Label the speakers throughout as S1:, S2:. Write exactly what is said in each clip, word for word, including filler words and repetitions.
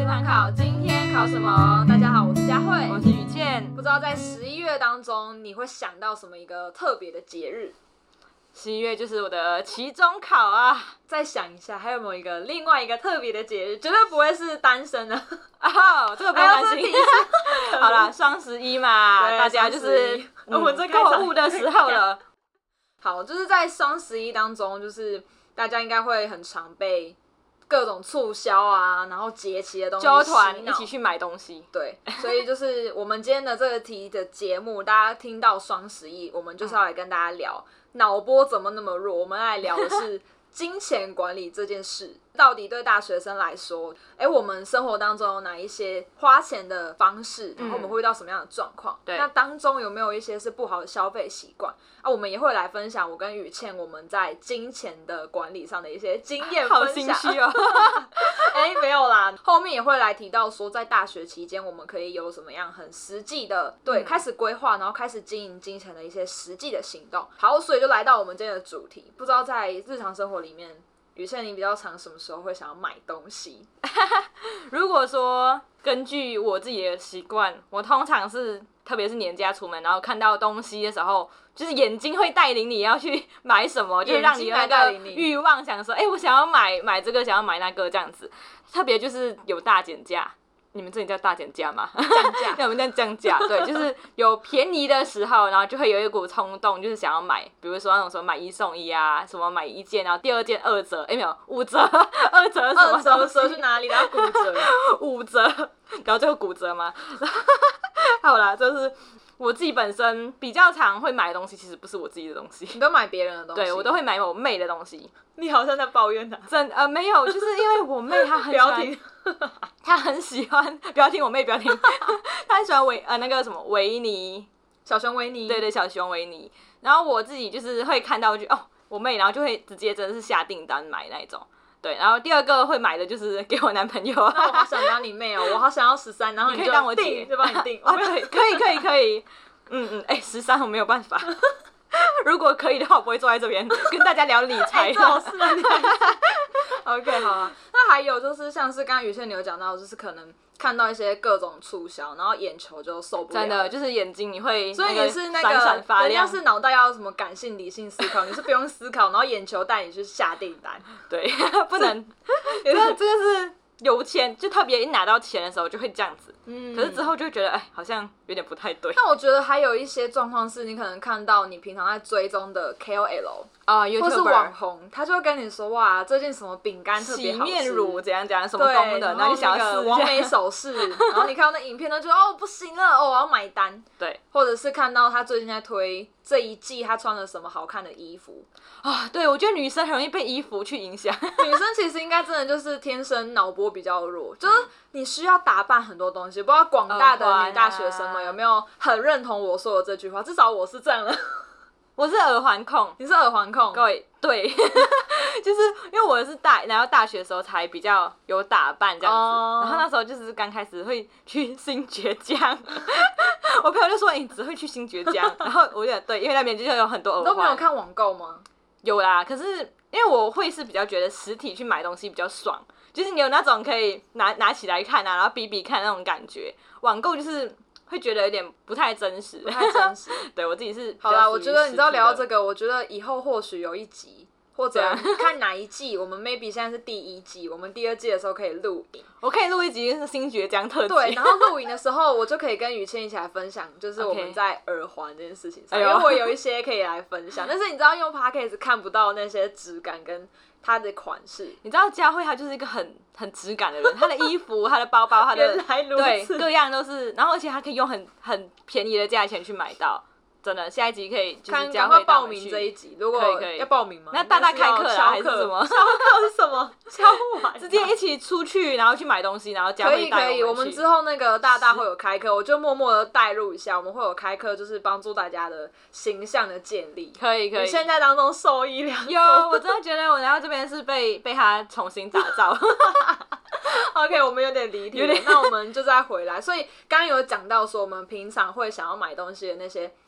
S1: 健康考，今天考什么？大家好，我是佳慧，
S2: 我是雨倩。
S1: 不知道在十一月当中，你会想到什么一个特别的节日？
S2: 十一月就是我的期中考啊！
S1: 再想一下，还有没有一个另外一个特别的节日？绝对不会是单身的
S2: 哦，这个不用担心。好啦，双十一嘛，大家就是
S1: 我们这
S2: 购物的时候了。
S1: 好，就是在双十一当中，就是大家应该会很常被各种促销啊，然后节期的东西
S2: 揪团一起去买东西。
S1: 对，所以就是我们今天的这个题的节目，大家听到双十一，我们就是要来跟大家聊脑波怎么那么弱。我们来聊的是金钱管理这件事，到底对大学生来说，哎，我们生活当中有哪一些花钱的方式，然后我们会遇到什么样的状况？
S2: 对，
S1: 那当中有没有一些是不好的消费习惯？啊，我们也会来分享我跟雨倩我们在金钱的管理上的一些经验分享。
S2: 好心虚哦！
S1: 哎，没有啦，后面也会来提到说，在大学期间我们可以有什么样很实际的，对，嗯、开始规划，然后开始经营金钱的一些实际的行动。好，所以就来到我们今天的主题，不知道在日常生活里面，雨倩你比较常什么时候会想要买东西？
S2: 如果说根据我自己的习惯，我通常是特别是年假出门，然后看到东西的时候，就是眼睛会带领你要去买什么，就让你有那个欲望，想说，哎、欸，我想要买买这个，想要买那个这样子。特别就是有大减价，你们这里叫大减价吗？
S1: 降价，
S2: 那我们叫降价，对，就是有便宜的时候，然后就会有一股冲动，就是想要买，比如说那种什么买一送一啊，什么买一件，然后第二件二折，哎、欸、没有五折，二折什么？
S1: 二折折去哪里？然后骨折，
S2: 五折，然后最后骨折吗？好啦，就是我自己本身比较常会买的东西，其实不是我自己的东西，
S1: 你都买别人的东西，
S2: 对我都会买我妹的东西。
S1: 你好像在抱怨她，
S2: 真呃没有，就是因为我妹她很喜欢，她很喜欢，不要听我妹，不要听，她很喜欢维呃那个什么维尼，
S1: 小熊维尼，
S2: 对对，小熊维尼。然后我自己就是会看到就哦我妹，然后就会直接真的是下订单买那一种。对，然后第二个会买的就是给我男朋友。
S1: 那我好想当你妹哦，我好想要十三，然后你就
S2: 你可以当我姐，
S1: 就帮你订。
S2: 啊，对，可以可以可以，嗯嗯，哎、欸，十三我没有办法。如果可以的话，我不会坐在这边跟大家聊理财。
S1: 最好是啊。OK， 好啊。那还有就是像是刚刚雨倩你有讲到，就是可能看到一些各种促销，然后眼球就受不了。
S2: 真的，就是眼睛你会，
S1: 所以你是那个
S2: 闪闪发亮，
S1: 人家是脑袋要什么感性、理性思考，你是不用思考，然后眼球带你去下订单。
S2: 对，不能，这这个是有钱，就特别一拿到钱的时候就会这样子。嗯，可是之后就会觉得，哎，好像有点不太对。
S1: 那我觉得还有一些状况是，你可能看到你平常在追踪的 K O L
S2: 啊、
S1: uh, 或是网红，他就会跟你说，哇，最近什么饼干特别好吃，
S2: 洗面乳怎样怎样，什么东的，然后你想要试
S1: 完美手势，然后你看到那影片都觉得哦不行了，哦我要买单。
S2: 对，
S1: 或者是看到他最近在推这一季他穿了什么好看的衣服
S2: 啊，对，我觉得女生很容易被衣服去影响。
S1: 女生其实应该真的就是天生脑波比较弱，就是你需要打扮很多东西。不知道广大的女大学生们有没有很认同我说的这句话？至少我是这样的。
S2: 我是耳环控，
S1: 你是耳环控，
S2: 各位，对，就是因为我是大，然后大学的时候才比较有打扮这样子， oh. 然后那时候就是刚开始会去新崛江，我朋友就说你只会去新崛江，然后我就对，因为那边就有很多耳环。
S1: 你都没有看网购吗？
S2: 有啦，可是因为我会是比较觉得实体去买东西比较爽，就是你有那种可以拿拿起来看啊，然后比比看那种感觉，网购就是会觉得有点不太真实，
S1: 不太真实。
S2: 对我自己是
S1: 好啦，我觉得你知道聊到这个，我觉得以后或许有一集，或者看哪一季，我们 maybe 现在是第一季，我们第二季的时候可以录影。
S2: 我可以录一集是新崛江特辑。
S1: 对，然后录影的时候，我就可以跟雨倩一起来分享，就是我们在耳环这件事情上， okay. 因为我有一些可以来分享，但是你知道用 podcast 看不到那些质感跟它的款式。
S2: 你知道佳慧她就是一个很很质感的人，她的衣服、她的包包、她的对各样都是，然后而且她可以用很很便宜的价钱去买到。真的，下一集可以就是佳慧
S1: 报名这一集，如果
S2: 可以可以
S1: 要报名吗？
S2: 那大大开课啦，还是什么？
S1: 销课是什么？销完
S2: 直接一起出去，然后去买东西，然后佳慧带我们去。
S1: 可以可以，我们之后那个大大会有开课，我就默默的带入一下，我们会有开课，就是帮助大家的形象的建立。
S2: 可以可以，
S1: 你现在当中受益良多。
S2: 有，我真的觉得我来到这边是被被他重新打造。
S1: OK， 我们有点离题了，那我们就再回来。所以刚刚有讲到说，我们平常会想要买东西的那些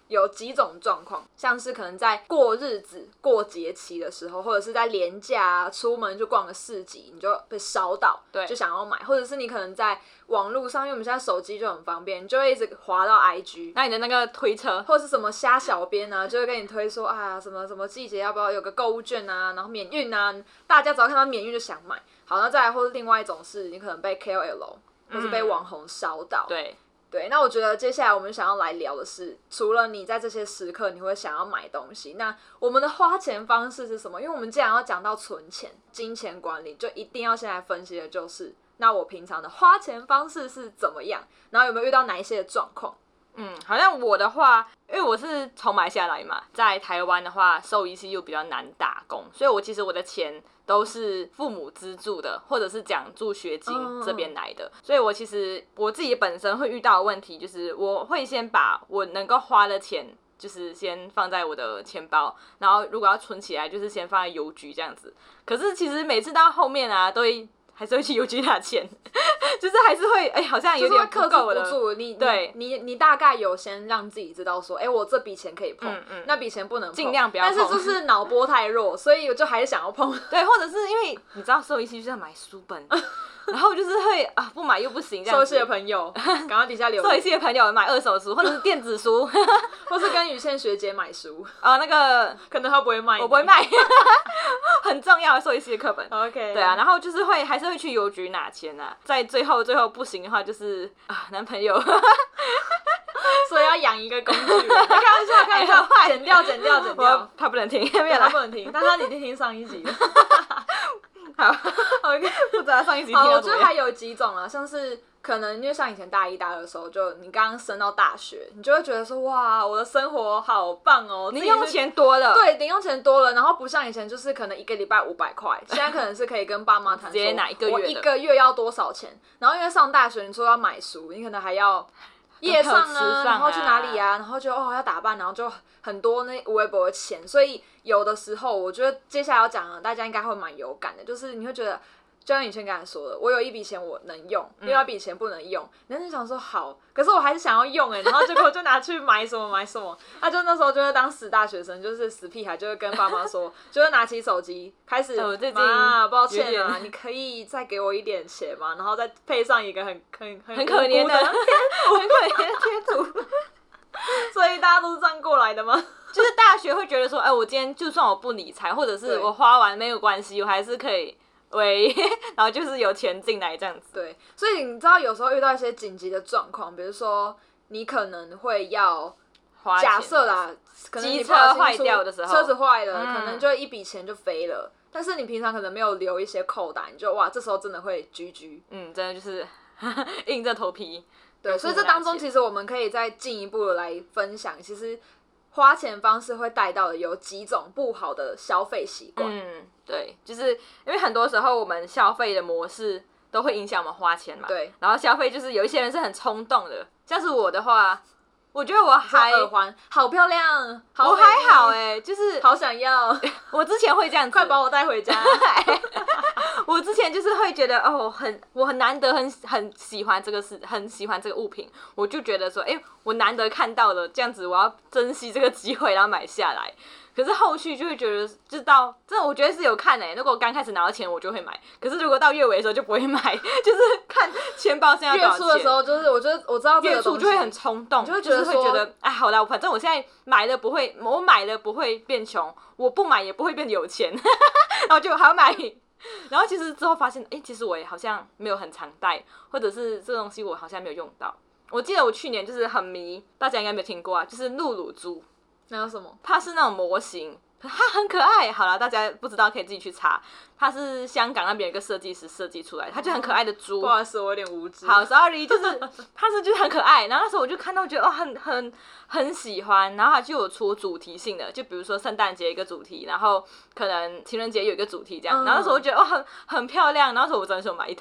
S1: 有几种状况，像是可能在过日子、过节期的时候，或者是在连假啊，出门就逛个市集，你就被烧到，
S2: 对，
S1: 就想要买，或者是你可能在网络上，因为我们现在手机就很方便，你就会一直滑到 I G，
S2: 那你的那个推车，
S1: 或者是什么虾小编啊，就会跟你推说啊，什么什么季节要不要有个购物券啊，然后免运啊，大家只要看到免运就想买。好，那再来，或是另外一种是你可能被 K O L 或是被网红烧到，
S2: 嗯、对。
S1: 对，那我觉得接下来我们想要来聊的是，除了你在这些时刻你会想要买东西，那我们的花钱方式是什么？因为我们既然要讲到存钱、金钱管理，就一定要先来分析的就是，那我平常的花钱方式是怎么样，然后有没有遇到哪一些的状况？
S2: 嗯，好像我的话，因为我是从马来西亚来嘛，在台湾的话，兽医系又比较难打工，所以我其实我的钱都是父母资助的，或者是奖助学金这边来的， oh. 所以我其实我自己本身会遇到的问题，就是我会先把我能够花的钱，就是先放在我的钱包，然后如果要存起来，就是先放在邮局这样子。可是其实每次到后面啊，都会还是会去邮局拿钱，就是还是会哎、欸，好像有点不够了。
S1: 就是会克制不住你，
S2: 对，
S1: 你你你大概有先让自己知道说，哎、欸，我这笔钱可以碰，嗯嗯、那笔钱不能碰，
S2: 尽量不要碰。
S1: 但是就是脑波太弱，所以我就还是想要碰。
S2: 对，或者是因为你知道兽医系就是要买书本。然后就是会啊，不买又不行这样子。
S1: 兽医系的朋友，赶快底下留言。
S2: 兽医系的朋友买二手书，或者是电子书，
S1: 或是跟雨倩学姐买书。
S2: 啊，那个
S1: 可能他不会卖，
S2: 我不会卖，很重要的兽医系的课本。
S1: OK。对
S2: 啊，然后就是会还是会去邮局拿钱啊，在最后最后不行的话就是啊，男朋友。
S1: 所以要养一个工具人。开玩笑，开玩笑，剪掉，剪掉，剪掉。
S2: 他不能听，
S1: 没有，他不能听，但他已经听上一集了。
S2: 好 ，OK， 不知道上一集听
S1: 好，我觉得还有几种啊，像是可能因为像以前大一、大二的时候，就你刚刚升到大学，你就会觉得说哇，我的生活好棒哦，
S2: 零用钱多了，
S1: 对，零用钱多了，然后不像以前就是可能一个礼拜五百块，现在可能是可以跟爸妈谈说，直
S2: 接拿一个月的，
S1: 我一个月要多少钱，然后因为上大学，你说要买书，你可能还要。夜上啊，
S2: 啊
S1: 然后去哪里啊，然后就哦要打扮，然后就很多那微博的钱，所以有的时候我觉得接下来要讲的，大家应该会蛮有感的，就是你会觉得，就像以前刚才说的，我有一笔钱我能用，另外一笔钱不能用，然后就想说好，可是我还是想要用哎、欸，然后结果就拿去买什么买什么，他、啊、就那时候就会当死大学生，就是死屁孩，就会跟爸妈说，就会拿起手机开始，妈，抱歉啊，你可以再给我一点钱吗？然后再配上一个很很很
S2: 很可怜的
S1: 很可怜的贴图，所以大家都是这样过来的吗？
S2: 就是大学会觉得说，哎、欸，我今天就算我不理财，或者是我花完没有关系，我还是可以。喂，然后就是有钱进来这样子。
S1: 对，所以你知道有时候遇到一些紧急的状况，比如说你可能会要，假设啦，可能你
S2: 机车坏掉的时候，
S1: 车子坏了，
S2: 嗯、
S1: 可能就一笔钱就飞了。但是你平常可能没有留一些扣打，你就哇，这时候真的会 G G。
S2: 嗯，真的就是硬着头皮。
S1: 对，所以这当中其实我们可以再进一步的来分享，其实花钱方式会带到的有几种不好的消费习惯。
S2: 嗯。对，就是因为很多时候我们消费的模式都会影响我们花钱嘛。
S1: 对。
S2: 然后消费就是有一些人是很冲动的，像是我的话，我觉得我还
S1: 耳环好漂亮，好
S2: 我还好哎、欸，就是
S1: 好想要。
S2: 我之前会这样子，
S1: 快把我带回家。
S2: 我之前就是会觉得哦，很我很难得很很喜欢这个事，很喜欢这个物品，我就觉得说，哎、欸，我难得看到了，这样子我要珍惜这个机会，然后买下来。可是后续就会觉得，就到这我觉得是有看诶、欸。如果刚开始拿到钱，我就会买；可是如果到月尾的时候就不会买，就是看钱包现在多少钱。
S1: 月初的时候，就是我觉得我知道这个东西，
S2: 月初就会很冲动，
S1: 就会觉得
S2: 就是会觉得，哎，好啦，反正我现在买了不会，我买了不会变穷，我不买也不会变有钱，然后就还要买。然后其实之后发现，哎、欸，其实我也好像没有很常带，或者是这东西我好像没有用到。我记得我去年就是很迷，大家应该没有听过啊，就是露露猪。
S1: 那有什么？
S2: 它是那种模型，它很可爱。好了，大家不知道可以自己去查。它是香港那边有一个设计师设计出来的，它就很可爱的猪。
S1: 不好意思，我有点无知。
S2: 好 ，sorry， 就是它是就是很可爱。然后那时候我就看到觉得哦，很很很喜欢。然后它就有出主题性的，就比如说圣诞节一个主题，然后可能情人节有一个主题这样。然后那时候我觉得哦，很很漂亮。然后那时候我真的是有买一套。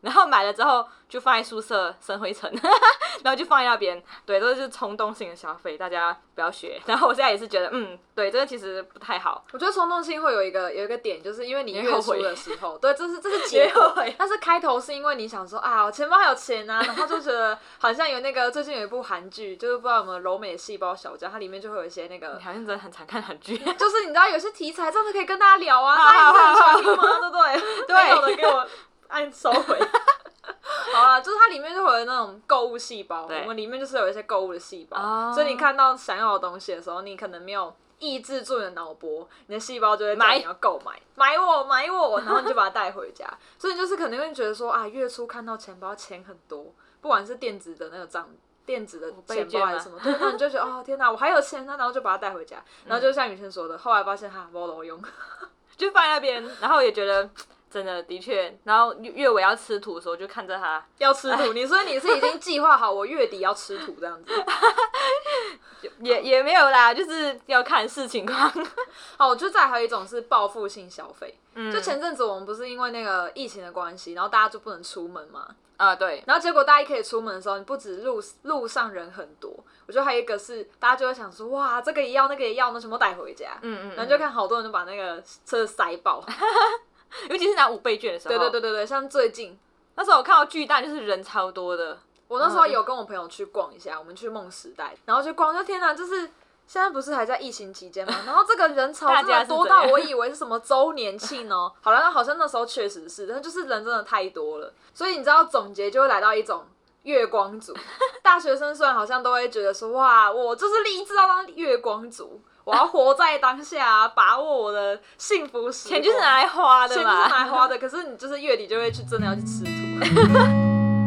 S2: 然后买了之后就放在宿舍生灰尘，然后就放在那边。对，这就是冲动性的消费，大家不要学。然后我现在也是觉得，嗯，对，这个其实不太好。
S1: 我觉得冲动性会有一个有一个点，就是因为你月初的时候，对，这是这是结果，但是开头是因为你想说啊，我钱包还有钱啊，然后就觉得好像有那个最近有一部韩剧，就是不知道有没有柔美细胞小将，它里面就会有一些那个，
S2: 你好像真的很常看韩剧，
S1: 就是你知道有些题材真的可以跟大家聊啊，大家不是很喜欢听吗？对不对？
S2: 对，
S1: 没有的给我按收回。好啦，就是它里面就会有那种购物细胞，我们里面就是有一些购物的细胞， oh. 所以你看到想要的东西的时候，你可能没有抑制住你的脑波，你的细胞就会叫你要购买，买我买我，然后你就把它带回家。所以你就是可能会觉得说啊，月初看到钱包钱很多，不管是电子的那个账。电子的钱包还是什么，对，那你就觉得哦天哪，我还有钱呢，然后就把它带回家，然后就像雨萱说的，后来发现哈没有用，
S2: 就放在那边，然后也觉得真的的确，然后月尾要吃土的时候就看着它
S1: 要吃土，你所以你是已经计划好我月底要吃土这样子，
S2: 也也没有啦，就是要看视情况。
S1: 好，我觉得再还有一种是报复性消费，嗯，就前阵子我们不是因为那个疫情的关系，然后大家就不能出门嘛。
S2: 啊，对，
S1: 然后结果大家一可以出门的时候，你不止路路上人很多，我觉得还有一个是大家就会想说，哇，这个也要，那个也要，那全部带回家，嗯嗯，然后就看好多人就把那个车塞爆，
S2: 尤其是拿五倍券的时候，
S1: 对对对对对，像最近
S2: 那时候我看到巨蛋就是人超多的，
S1: 我那时候有跟我朋友去逛一下，我们去梦时代，然后去逛，就天哪，就是。现在不是还在疫情期间吗？然后这个人潮真的多到我以为是什么周年庆哦。好了，那好像那时候确实是，但就是人真的太多了，所以你知道总结就会来到一种月光族。大学生虽然好像都会觉得说，哇，我就是立志要当月光族，我要活在当下，把握我的幸福时光。
S2: 钱就是拿来花的嘛，
S1: 钱就是拿来花的。可是你就是月底就会去真的要去吃土。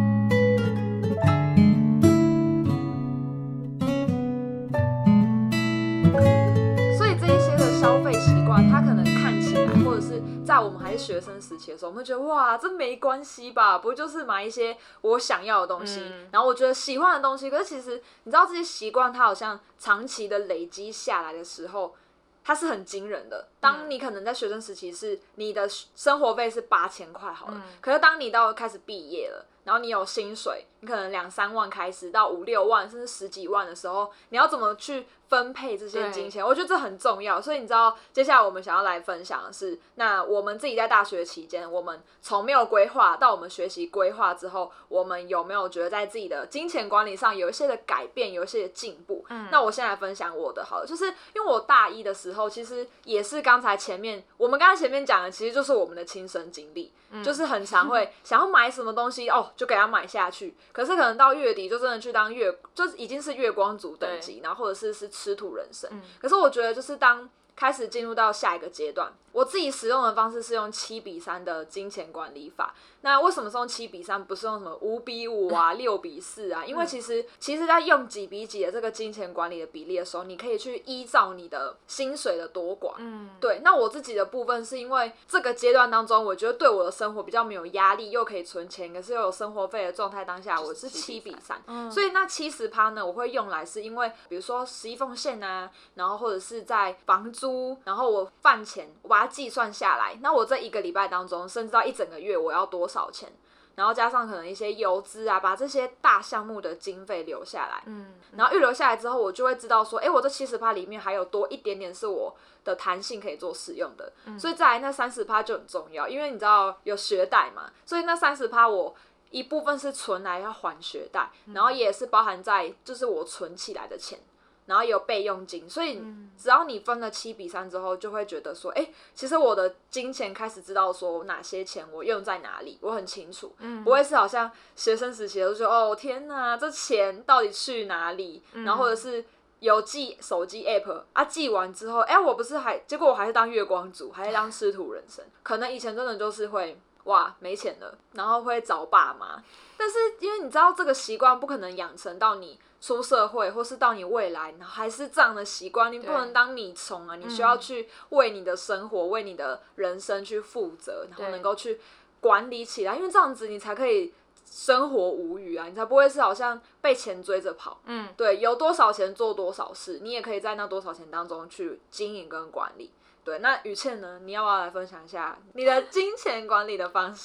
S1: 消费习惯，它可能看起来，或者是在我们还是学生时期的时候，我们会觉得哇，这没关系吧，不就是买一些我想要的东西，嗯、然后我觉得喜欢的东西。可是其实你知道这些习惯，它好像长期的累积下来的时候，它是很惊人的。当你可能在学生时期是你的生活费是八千块好了，嗯、可是当你到开始毕业了，然后你有薪水，你可能两三万开始到五六万甚至十几万的时候，你要怎么去分配这些金钱？我觉得这很重要。所以你知道，接下来我们想要来分享的是，那我们自己在大学期间，我们从没有规划到我们学习规划之后，我们有没有觉得在自己的金钱管理上有一些的改变，有一些的进步？嗯，那我先来分享我的好了，就是因为我大一的时候，其实也是刚才前面我们刚才前面讲的，其实就是我们的亲身经历，嗯、就是很常会想要买什么东西哦。就给他买下去，可是可能到月底就真的去当月，就是已经是月光族等级，然后或者是是吃土人生。嗯、可是我觉得就是当开始进入到下一个阶段，我自己使用的方式是用七比三的金钱管理法。那为什么是用七比三，不是用什么五比五啊、六比四啊？因为其实其实在用几比几的这个金钱管理的比例的时候，你可以去依照你的薪水的多寡。嗯，对。那我自己的部分是因为这个阶段当中，我觉得对我的生活比较没有压力，又可以存钱，可是又有生活费的状态当下，我是七比三。嗯，所以那七十趴呢，我会用来是因为比如说十一奉献啊，然后或者是在房租，然后我饭钱，我把它计算下来，那我这一个礼拜当中，甚至到一整个月，我要多少钱？然后加上可能一些邮资啊，把这些大项目的经费留下来，嗯，然后预留下来之后，我就会知道说，哎，我这七十趴里面还有多一点点是我的弹性可以做使用的，嗯、所以再来那三十趴就很重要，因为你知道有学贷嘛，所以那三十趴我一部分是存来要还学贷，然后也是包含在就是我存起来的钱。然后也有备用金，所以只要你分了七比三之后，就会觉得说，哎、欸，其实我的金钱开始知道说哪些钱我用在哪里，我很清楚，嗯、不会是好像学生时期的就说，哦天哪，这钱到底去哪里？嗯、然后或者是有记手机 app 啊，记完之后，哎、欸，我不是还结果我还是当月光族，还是当吃土人生，可能以前真的就是会哇没钱了，然后会找爸妈，但是因为你知道这个习惯不可能养成到你出社会或是到你未来，然后还是这样的习惯，你不能当米虫啊！你需要去为你的生活、嗯、为你的人生去负责，然后能够去管理起来，因为这样子你才可以生活无虞啊，你才不会是好像被钱追着跑。嗯，对，有多少钱做多少事，你也可以在那多少钱当中去经营跟管理。对，那雨倩呢？你要不要来分享一下你的金钱管理的方式？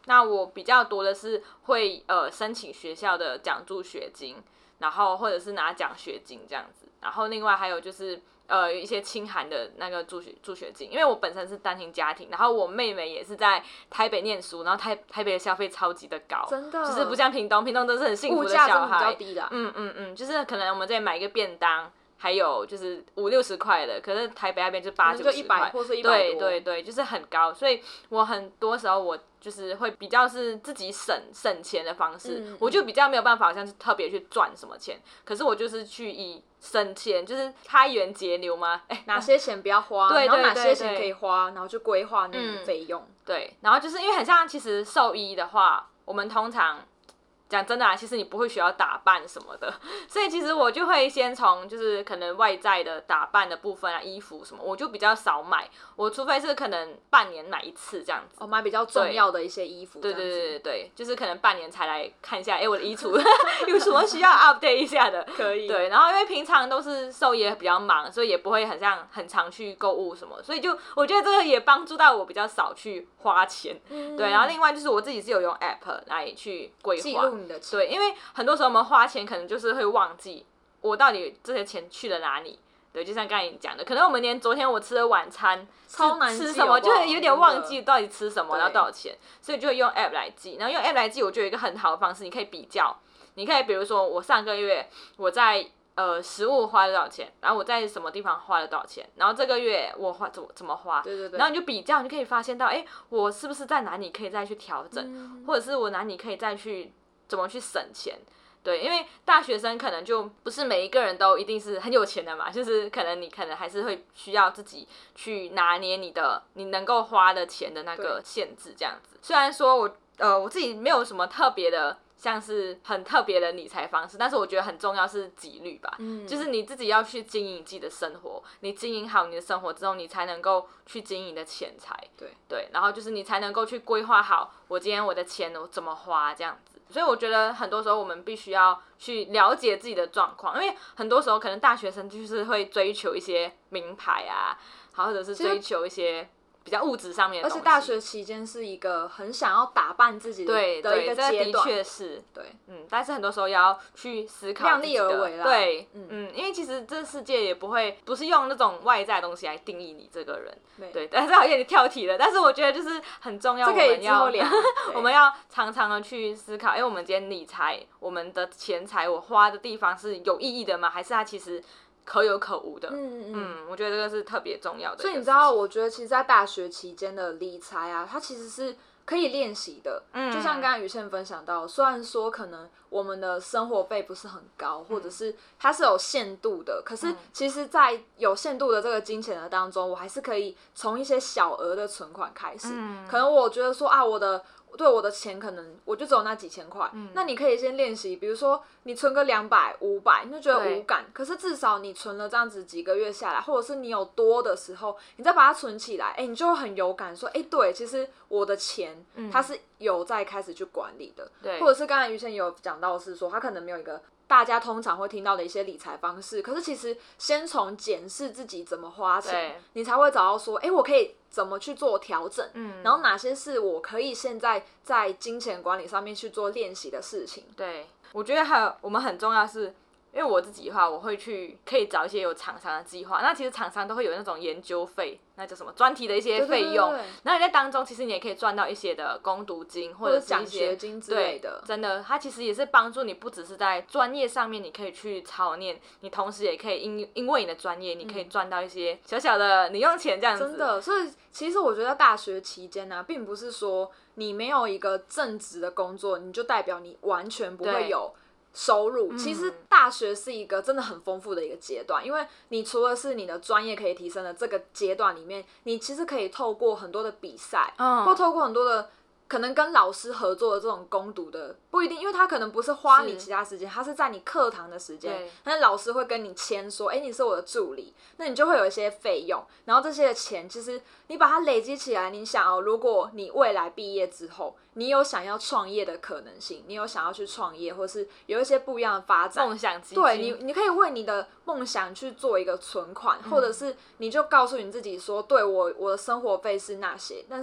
S2: 那我比较多的是会呃申请学校的奖助学金，然后或者是拿奖学金这样子，然后另外还有就是呃一些清寒的那个助学助学金，因为我本身是单亲家庭，然后我妹妹也是在台北念书，然后台台北的消费超级的高，
S1: 真的
S2: 就是不像屏东，屏东都是很幸福的
S1: 物价
S2: 小孩，
S1: 真的比较低啦。
S2: 嗯嗯嗯，就是可能我们这里买一个便当。还有就是五六十块的，可是台北那边就八九十块，
S1: 或是一百多，
S2: 对对对，就是很高，所以我很多时候我就是会比较是自己省省钱的方式，
S1: 嗯、
S2: 我就比较没有办法，好像是特别去赚什么钱，可是我就是去以省钱，就是开源节流嘛，哎、欸，
S1: 哪些钱不要花，
S2: 对对对对，
S1: 然后哪些钱可以花，然后去规划那个费用、嗯，
S2: 对，然后就是因为很像，其实兽医的话，我们通常。讲真的啊，其实你不会需要打扮什么的，所以其实我就会先从就是可能外在的打扮的部分啊，衣服什么，我就比较少买。我除非是可能半年买一次这样子，
S1: 哦，买比较重要的一些衣服。
S2: 对对对对对，就是可能半年才来看一下，哎、欸，我的衣橱有什么需要 update 一下的。
S1: 可以。
S2: 对，然后因为平常都是兽医比较忙，所以也不会很像很常去购物什么，所以就我觉得这个也帮助到我比较少去花钱。嗯、对，然后另外就是我自己是有用 app 来去规划，
S1: 记录你的钱。
S2: 对，因为很多时候我们花钱可能就是会忘记我到底这些钱去了哪里。对，就像刚才你讲的，可能我们连昨天我吃的晚餐
S1: 超难
S2: 吃什么，就会有点忘记到底吃什么，然后多少钱，所以就会用 app 来记。然后用 app 来记，我觉得有一个很好的方式，你可以比较，你可以比如说我上个月我在呃食物花了多少钱，然后我在什么地方花了多少钱，然后这个月我花怎么怎么花，
S1: 对对对，
S2: 然后你就比较，你就可以发现到，哎，我是不是在哪里可以再去调整，
S1: 嗯、
S2: 或者是我哪里可以再去怎么去省钱。对，因为大学生可能就不是每一个人都一定是很有钱的嘛，就是可能你可能还是会需要自己去拿捏你的你能够花的钱的那个限制这样子。虽然说我呃我自己没有什么特别的，像是很特别的理财方式，但是我觉得很重要是纪律吧，嗯、就是你自己要去经营自己的生活，你经营好你的生活之后，你才能够去经营你的钱财，
S1: 对
S2: 对，然后就是你才能够去规划好我今天我的钱我怎么花这样子。所以我觉得很多时候我们必须要去了解自己的状况，因为很多时候可能大学生就是会追求一些名牌啊，或者是追求一些比较物质上面的东西。
S1: 而且大学期间是一个很想要打扮自己的
S2: 对
S1: 的一个阶段，
S2: 的确是，
S1: 对，
S2: 嗯，但是很多时候也要去思考自己的，
S1: 量力而为啦，
S2: 对，
S1: 嗯,
S2: 嗯，因为其实这世界也不会不是用那种外在的东西来定义你这个人，
S1: 对，
S2: 对，但是好像有点跳题了，但是我觉得就是很重要，
S1: 这可以
S2: 之后
S1: 聊，
S2: 我们要常常的去思考，因为我们今天理财，我们的钱财我花的地方是有意义的吗？还是它其实可有可无的，嗯嗯嗯，我觉得这个是特别重要的。
S1: 所以你知道，我觉得其实，在大学期间的理财啊，它其实是可以练习的。嗯，就像刚刚于倩分享到，虽然说可能我们的生活费不是很高，或者是它是有限度的，可是其实，在有限度的这个金钱的当中，我还是可以从一些小额的存款开始。嗯，可能我觉得说啊，我的。对我的钱可能我就只有那几千块，嗯、那你可以先练习，比如说你存个两百、五百，你就觉得无感。可是至少你存了这样子几个月下来，或者是你有多的时候，你再把它存起来，哎，你就会很有感，说，哎，对，其实我的钱它是有在开始去管理的。
S2: 对、嗯，
S1: 或者是刚才于倩有讲到是说，他可能没有一个大家通常会听到的一些理财方式，可是其实先从检视自己怎么花钱，你才会找到说，哎，我可以怎么去做调整，嗯，然后哪些是我可以现在在金钱管理上面去做练习的事情。
S2: 对，我觉得还有我们很重要是，因为我自己的话，我会去可以找一些有厂商的计划，那其实厂商都会有那种研究费，那叫什么专题的一些费用，
S1: 对对对对，
S2: 然后你在当中其实你也可以赚到一些的工读金或者是
S1: 奖学金之类的，
S2: 真的，它其实也是帮助你，不只是在专业上面你可以去操练，你同时也可以因因为你的专业，你可以赚到一些小小的零用钱这样子。
S1: 真的，所以其实我觉得大学期间呢、啊，并不是说你没有一个正职的工作，你就代表你完全不会有收入。其实大学是一个真的很丰富的一个阶段，因为你除了是你的专业可以提升的这个阶段里面，你其实可以透过很多的比赛，嗯、或透过很多的可能跟老师合作的这种攻读的，不一定，因为他可能不是花你其他时间，他是在你课堂的时间，但是老师会跟你签说，哎、欸，你是我的助理，那你就会有一些费用，然后这些钱其实你把它累积起来，你想哦，如果你未来毕业之后，你有想要创业的可能性，你有想要去创业，或是有一些不一样的发展，
S2: 梦想基金，
S1: 对你，你可以为你的梦想去做一个存款，嗯、或者是你就告诉你自己说，对我我的生活费是那些，但是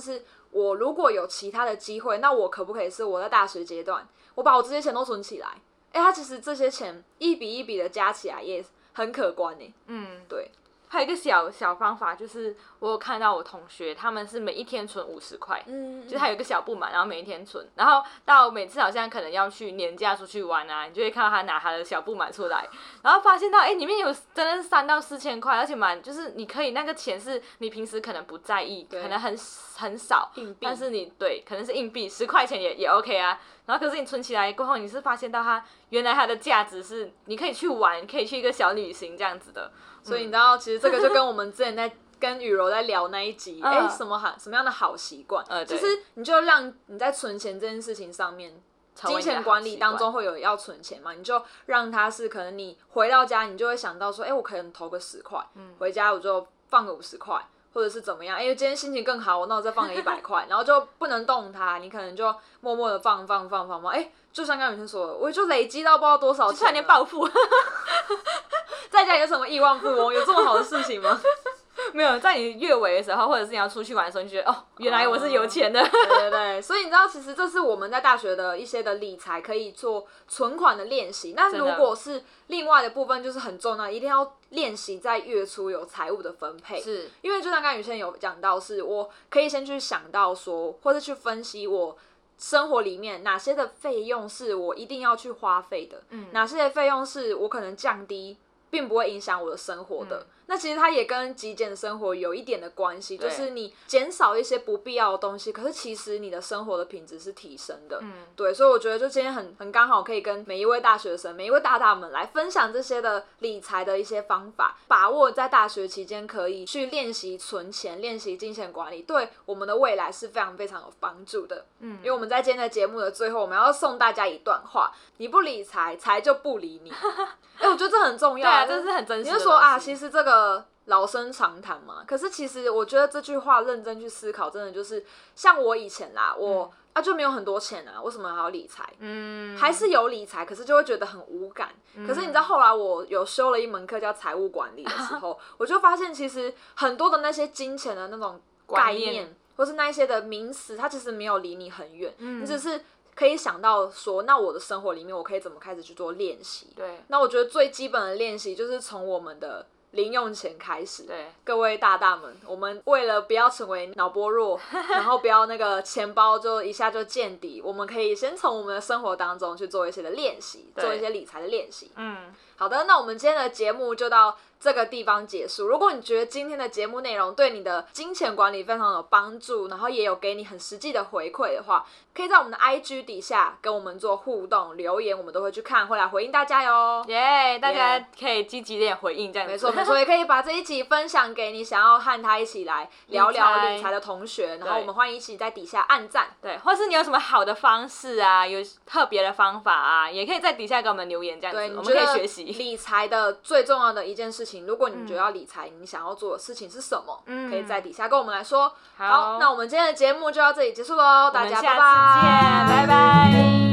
S1: 我如果有其他的机会，那我可不可以是我在大学阶段，我把我这些钱都存起来？哎、欸，他其实这些钱一笔一笔的加起来也很可观呢。嗯，对。
S2: 还有一个小小方法，就是我有看到我同学他们是每一天存五十块，嗯，就是他有一个小布嘛，然后每一天存，然后到每次好像可能要去年假出去玩啊，你就会看到他拿他的小布满出来，然后发现到哎、欸、里面有真的是三到四千块，而且蛮就是你可以那个钱是你平时可能不在意，可能很很少，但是你对可能是硬币十块钱也也 OK 啊。然后可是你存起来过后，你是发现到它原来它的价值是你可以去玩，可以去一个小旅行这样子的。
S1: 所以你知道，其实这个就跟我们之前在跟雨柔在聊那一集，哎、嗯，什么好什么样的好习惯？呃，其实你就让你在存钱这件事情上面，金钱管理当中会有要存钱嘛，你就让它是可能你回到家，你就会想到说，哎，我可能投个十块，嗯，回家我就放个五十块。或者是怎么样？因为今天心情更好，那我再放个一百块，然后就不能动它，你可能就默默的放放放放放，哎、欸，就像刚才女生说的，我就累积到不知道多少钱，
S2: 差点暴富。
S1: 在家有什么亿万富翁？有这么好的事情吗？
S2: 没有，在你月尾的时候，或者是你要出去玩的时候，你觉得哦，原来我是有钱的。
S1: 哦、对对对，所以你知道，其实这是我们在大学的一些的理财可以做存款的练习。那如果是另外的部分，就是很重要，一定要练习在月初有财务的分配。是，因为就像刚才雨萱有讲到，是我可以先去想到说，或者去分析我生活里面哪些的费用是我一定要去花费的，嗯，哪些的费用是我可能降低，并不会影响我的生活的。嗯，那其实它也跟极简生活有一点的关系，就是你减少一些不必要的东西，可是其实你的生活的品质是提升的。嗯，对，所以我觉得就今天很很刚好可以跟每一位大学生、每一位大大们来分享这些的理财的一些方法，把握在大学期间可以去练习存钱、练习金钱管理，对我们的未来是非常非常有帮助的。嗯，因为我们在今天的节目的最后，我们要送大家一段话：你不理财，财就不理你。哎、欸，我觉得这很重要。
S2: 对啊，这是很真实的。
S1: 你就说啊，其实这个老生常谈嘛。可是其实我觉得这句话认真去思考，真的就是像我以前啦，我、嗯、啊就没有很多钱啊，为什么还要理财？嗯，还是有理财，可是就会觉得很无感。嗯、可是你知道后来我有修了一门课叫财务管理的时候，我就发现其实很多的那些金钱的那种概念，或是那一些的名词，它其实没有离你很远，嗯、你只是可以想到说，那我的生活里面我可以怎么开始去做练习？对，那我觉得最基本的练习就是从我们的零用钱开始。对，各位大大们，我们为了不要成为脑波弱，然后不要那个钱包就一下就见底，我们可以先从我们的生活当中去做一些的练习，做一些理财的练习。嗯，好的，那我们今天的节目就到这个地方结束。如果你觉得今天的节目内容对你的金钱管理非常有帮助，然后也有给你很实际的回馈的话，可以在我们的 I G 底下跟我们做互动留言，我们都会去看，会来回应大家哟。
S2: 耶、yeah, 大家可以积极点回应这样子。
S1: 没错没错，也可以把这一集分享给你想要和他一起来聊聊理财的同学，然后我们欢迎一起在底下按赞。
S2: 对，或是你有什么好的方式啊，有特别的方法啊，也可以在底下给我们留言这样子，对，我们可以学习。
S1: 理财的最重要的一件事情，如果你觉得要理财，嗯、你想要做的事情是什么？嗯，可以在底下跟我们来说。好，好，那我们今天的节目就到这里结束喽，大家拜拜，
S2: 拜拜。